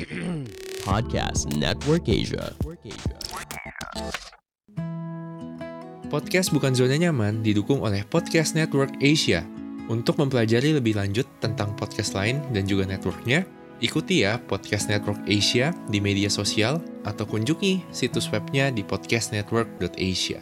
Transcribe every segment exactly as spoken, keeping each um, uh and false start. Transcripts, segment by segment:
Podcast Network Asia. Podcast Bukan Zona Nyaman didukung oleh Podcast Network Asia. Untuk mempelajari lebih lanjut tentang podcast lain dan juga networknya, ikuti ya Podcast Network Asia di media sosial atau kunjungi situs webnya di podcast network dot asia.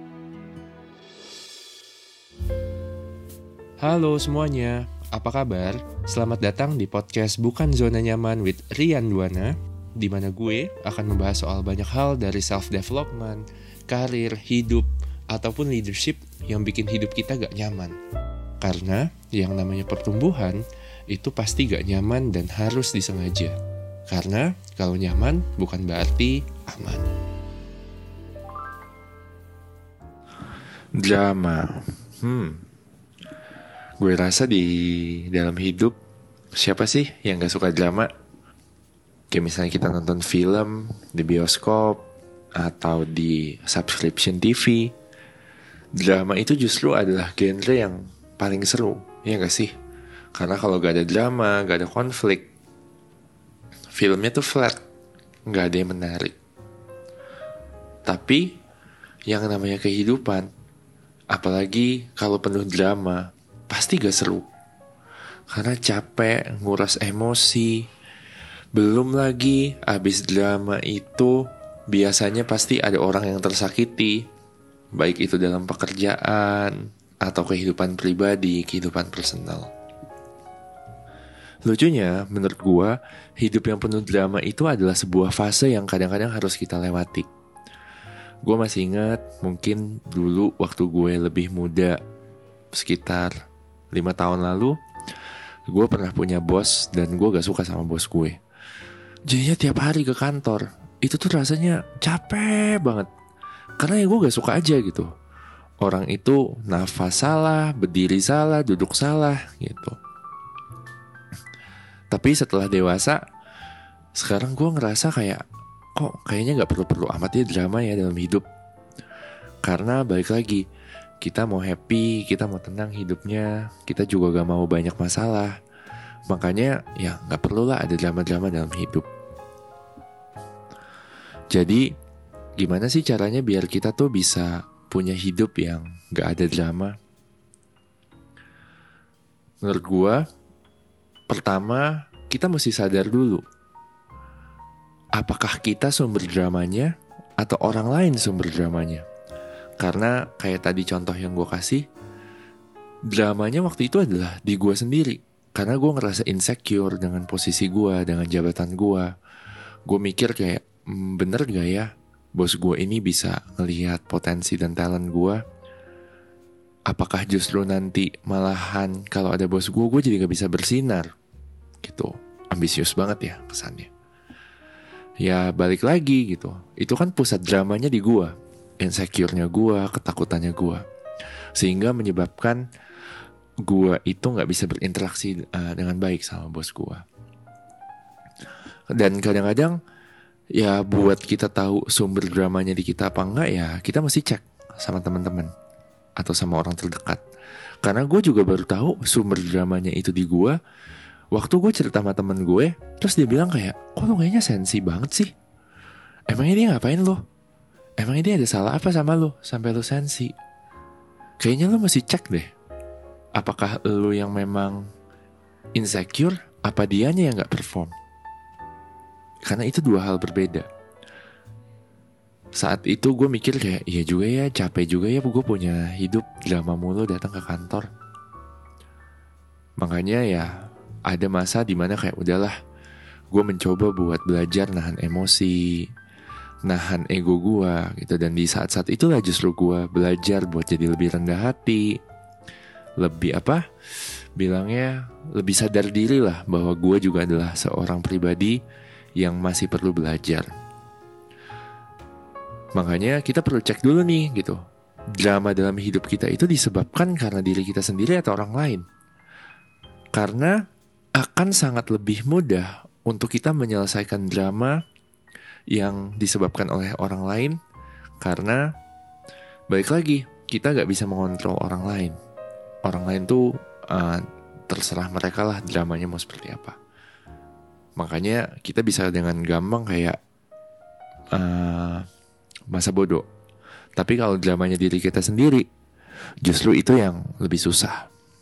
Halo semuanya, apa kabar? Selamat datang di podcast Bukan Zona Nyaman with Rian Duana, di mana gue akan membahas soal banyak hal dari self-development, karir, hidup, ataupun leadership yang bikin hidup kita gak nyaman. Karena yang namanya pertumbuhan itu pasti gak nyaman dan harus disengaja. Karena kalau nyaman bukan berarti aman. Drama. Hmm. Gue rasa di dalam hidup siapa sih yang gak suka drama? Kayak misalnya kita nonton film di bioskop atau di subscription T V. Drama itu justru adalah genre yang paling seru, ya gak sih? Karena kalau gak ada drama, gak ada konflik, filmnya tuh flat, gak ada yang menarik. Tapi yang namanya kehidupan, apalagi kalau penuh drama, pasti gak seru. Karena capek, nguras emosi. Belum lagi abis drama itu biasanya pasti ada orang yang tersakiti, baik itu dalam pekerjaan atau kehidupan pribadi, kehidupan personal. Lucunya, menurut gua, hidup yang penuh drama itu adalah sebuah fase yang kadang-kadang harus kita lewati. Gua masih ingat, mungkin dulu waktu gue lebih muda, sekitar lima tahun lalu, gue pernah punya bos dan gue gak suka sama bos gue. Jadinya tiap hari ke kantor, itu tuh rasanya capek banget. Karena ya gue gak suka aja gitu. Orang itu nafas salah, berdiri salah, duduk salah gitu. Tapi setelah dewasa, sekarang gue ngerasa kayak, kok kayaknya gak perlu-perlu amat ya drama ya dalam hidup. Karena balik lagi, kita mau happy, kita mau tenang hidupnya, kita juga gak mau banyak masalah. Makanya ya gak perlulah ada drama-drama dalam hidup. Jadi gimana sih caranya biar kita tuh bisa punya hidup yang gak ada drama? Menurut gua, pertama kita mesti sadar dulu, apakah kita sumber dramanya atau orang lain sumber dramanya? Karena kayak tadi contoh yang gue kasih, dramanya waktu itu adalah di gue sendiri. Karena gue ngerasa insecure dengan posisi gue, dengan jabatan gue. Gue mikir kayak, hmm, bener gak ya bos gue ini bisa ngelihat potensi dan talent gue? Apakah justru nanti malahan kalau ada bos gue, gue jadi gak bisa bersinar? Gitu, ambisius banget ya kesannya. Ya balik lagi gitu, itu kan pusat dramanya di gue. Insecure-nya gue, ketakutannya gue, sehingga menyebabkan gue itu gak bisa berinteraksi uh, dengan baik sama bos gue. Dan kadang-kadang ya buat kita tahu sumber dramanya di kita apa enggak, ya kita mesti cek sama teman-teman atau sama orang terdekat. Karena gue juga baru tahu sumber dramanya itu di gue waktu gue cerita sama temen gue, terus dia bilang kayak, kok lu kayaknya sensi banget sih? Emangnya dia ngapain lo? Emangnya dia ada salah apa sama lo sampai lo sensi? Kayaknya lo mesti cek deh, apakah lo yang memang insecure, apa dianya yang gak perform? Karena itu dua hal berbeda. Saat itu gue mikir kayak, iya juga ya, capek juga ya gue punya hidup drama mulu datang ke kantor. Makanya ya ada masa dimana kayak udahlah, gue mencoba buat belajar nahan emosi, nahan ego gue gitu. Dan di saat-saat itulah justru gue belajar buat jadi lebih rendah hati, lebih apa bilangnya, lebih sadar diri lah bahwa gue juga adalah seorang pribadi yang masih perlu belajar. Makanya kita perlu cek dulu nih gitu, drama dalam hidup kita itu disebabkan karena diri kita sendiri atau orang lain. Karena akan sangat lebih mudah untuk kita menyelesaikan drama yang disebabkan oleh orang lain, karena balik lagi, kita gak bisa mengontrol orang lain. Orang lain tuh uh, terserah mereka lah dramanya mau seperti apa. Makanya kita bisa dengan gampang kayak uh, masa bodoh. Tapi kalau dramanya diri kita sendiri, justru itu yang lebih susah.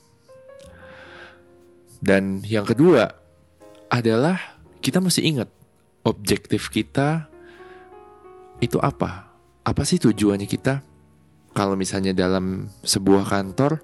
Dan yang kedua adalah kita mesti ingat objektif kita itu apa? Apa sih tujuannya kita? Kalau misalnya dalam sebuah kantor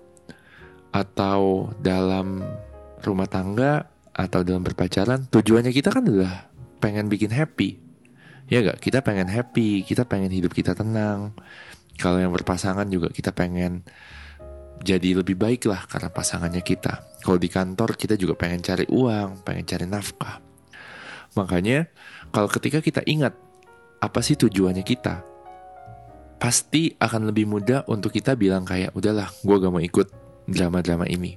atau dalam rumah tangga atau dalam berpacaran, tujuannya kita kan adalah pengen bikin happy. Ya gak? Kita pengen happy, kita pengen hidup kita tenang. Kalau yang berpasangan juga kita pengen jadi lebih baik lah karena pasangannya kita. Kalau di kantor kita juga pengen cari uang, pengen cari nafkah. Makanya kalau ketika kita ingat apa sih tujuannya kita, pasti akan lebih mudah untuk kita bilang kayak, udahlah gue gak mau ikut drama-drama ini.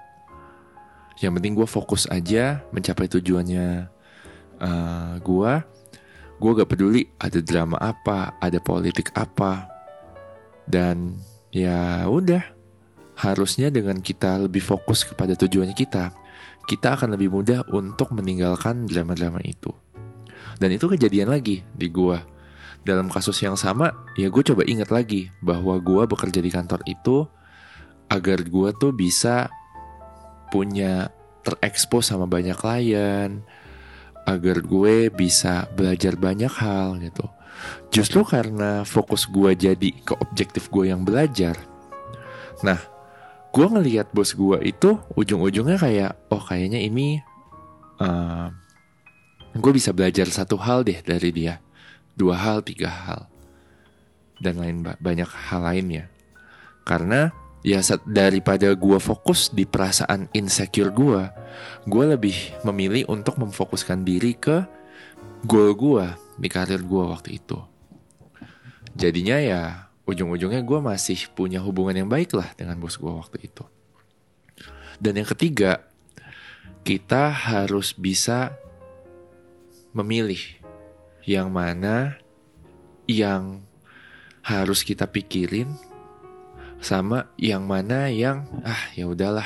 Yang penting gue fokus aja mencapai tujuannya uh, gue. Gue gak peduli ada drama apa, ada politik apa. Dan ya udah, harusnya dengan kita lebih fokus kepada tujuannya kita, kita akan lebih mudah untuk meninggalkan drama-drama itu. Dan itu kejadian lagi di gue. Dalam kasus yang sama, ya gue coba ingat lagi bahwa gue bekerja di kantor itu agar gue tuh bisa punya terekspos sama banyak klien, agar gue bisa belajar banyak hal gitu. Justru karena fokus gue jadi ke objektif gue yang belajar. Nah, gue ngelihat bos gue itu ujung-ujungnya kayak, oh kayaknya ini uh, gue bisa belajar satu hal deh dari dia, dua hal, tiga hal, dan lain banyak hal lainnya. Karena ya daripada gue fokus di perasaan insecure gue, gue lebih memilih untuk memfokuskan diri ke goal gue di karir gue waktu itu. Jadinya ya ujung-ujungnya gue masih punya hubungan yang baik lah dengan bos gue waktu itu. Dan yang ketiga, kita harus bisa memilih yang mana yang harus kita pikirin sama yang mana yang ah ya udahlah.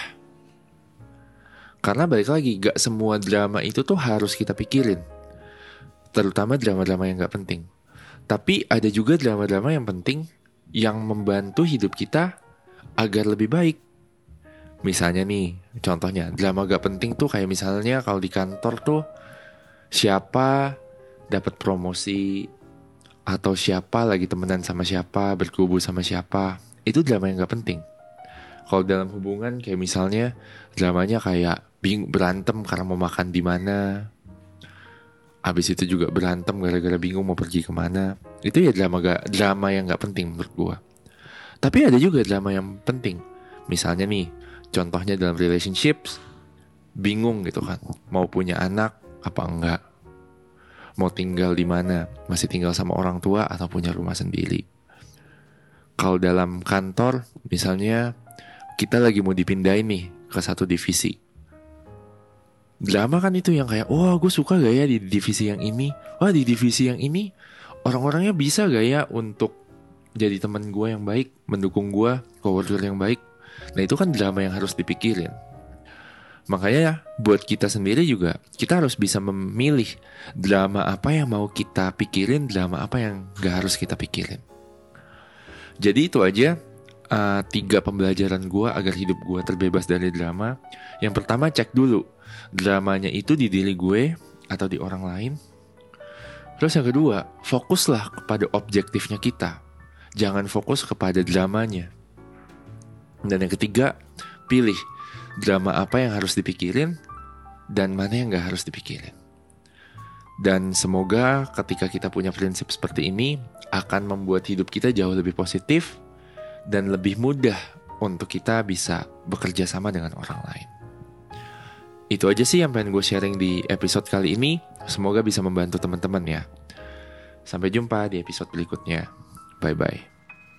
Karena balik lagi, gak semua drama itu tuh harus kita pikirin, terutama drama-drama yang gak penting. Tapi ada juga drama-drama yang penting, yang membantu hidup kita agar lebih baik. Misalnya nih, contohnya drama gak penting tuh kayak misalnya kalau di kantor tuh siapa dapat promosi, atau siapa lagi temenan sama siapa, berkubu sama siapa. Itu drama yang gak penting. Kalau dalam hubungan kayak misalnya dramanya kayak bing berantem karena mau makan di mana, habis itu juga berantem gara-gara bingung mau pergi kemana. Itu ya drama gak, drama yang gak penting menurut gua. Tapi ada juga drama yang penting. Misalnya nih, contohnya dalam relationships, bingung gitu kan, mau punya anak apa enggak, mau tinggal di mana, masih tinggal sama orang tua atau punya rumah sendiri. Kalau dalam kantor, misalnya kita lagi mau dipindahin nih ke satu divisi. Drama kan itu yang kayak, wah gue suka gak ya di divisi yang ini? Wah di divisi yang ini orang-orangnya bisa gak ya untuk jadi teman gue yang baik, mendukung gue, coworker yang baik. Nah itu kan drama yang harus dipikirin. Makanya ya, buat kita sendiri juga, kita harus bisa memilih drama apa yang mau kita pikirin, drama apa yang gak harus kita pikirin. Jadi itu aja uh, tiga pembelajaran gue agar hidup gue terbebas dari drama. Yang pertama, cek dulu dramanya itu di diri gue atau di orang lain. Terus yang kedua, fokuslah kepada objektifnya kita, jangan fokus kepada dramanya. Dan yang ketiga, pilih drama apa yang harus dipikirin dan mana yang gak harus dipikirin. Dan semoga ketika kita punya prinsip seperti ini akan membuat hidup kita jauh lebih positif dan lebih mudah untuk kita bisa bekerja sama dengan orang lain. Itu aja sih yang pengen gue sharing di episode kali ini. Semoga bisa membantu teman-teman ya. Sampai jumpa di episode berikutnya. Bye-bye.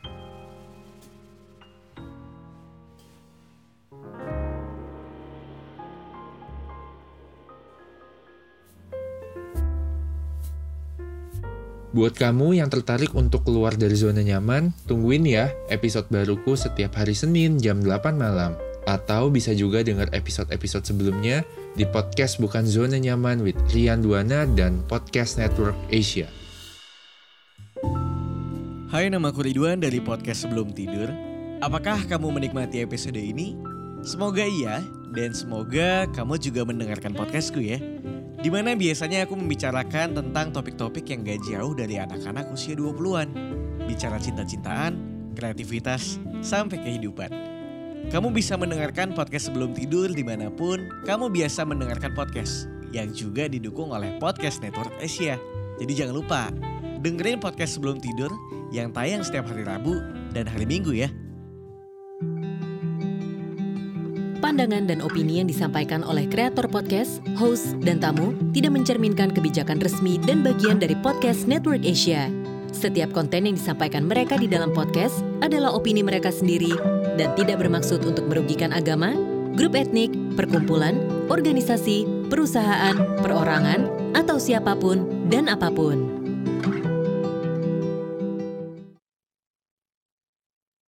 Buat kamu yang tertarik untuk keluar dari zona nyaman, tungguin ya episode baruku setiap hari Senin jam delapan malam. Atau bisa juga dengar episode-episode sebelumnya di podcast Bukan Zona Nyaman with Rian Dwana dan Podcast Network Asia. Hai, nama aku Ridwan dari Podcast Sebelum Tidur. Apakah kamu menikmati episode ini? Semoga iya, dan semoga kamu juga mendengarkan podcastku ya. Dimana biasanya aku membicarakan tentang topik-topik yang gak jauh dari anak-anak usia dua puluhan. Bicara cinta-cintaan, kreativitas, sampai kehidupan. Kamu bisa mendengarkan podcast Sebelum Tidur dimanapun kamu biasa mendengarkan podcast, yang juga didukung oleh Podcast Network Asia. Jadi jangan lupa, dengerin podcast Sebelum Tidur yang tayang setiap hari Rabu dan hari Minggu ya. Pandangan dan opini yang disampaikan oleh kreator podcast, host, dan tamu tidak mencerminkan kebijakan resmi dan bagian dari Podcast Network Asia. Setiap konten yang disampaikan mereka di dalam podcast adalah opini mereka sendiri dan tidak bermaksud untuk merugikan agama, grup etnik, perkumpulan, organisasi, perusahaan, perorangan, atau siapapun dan apapun.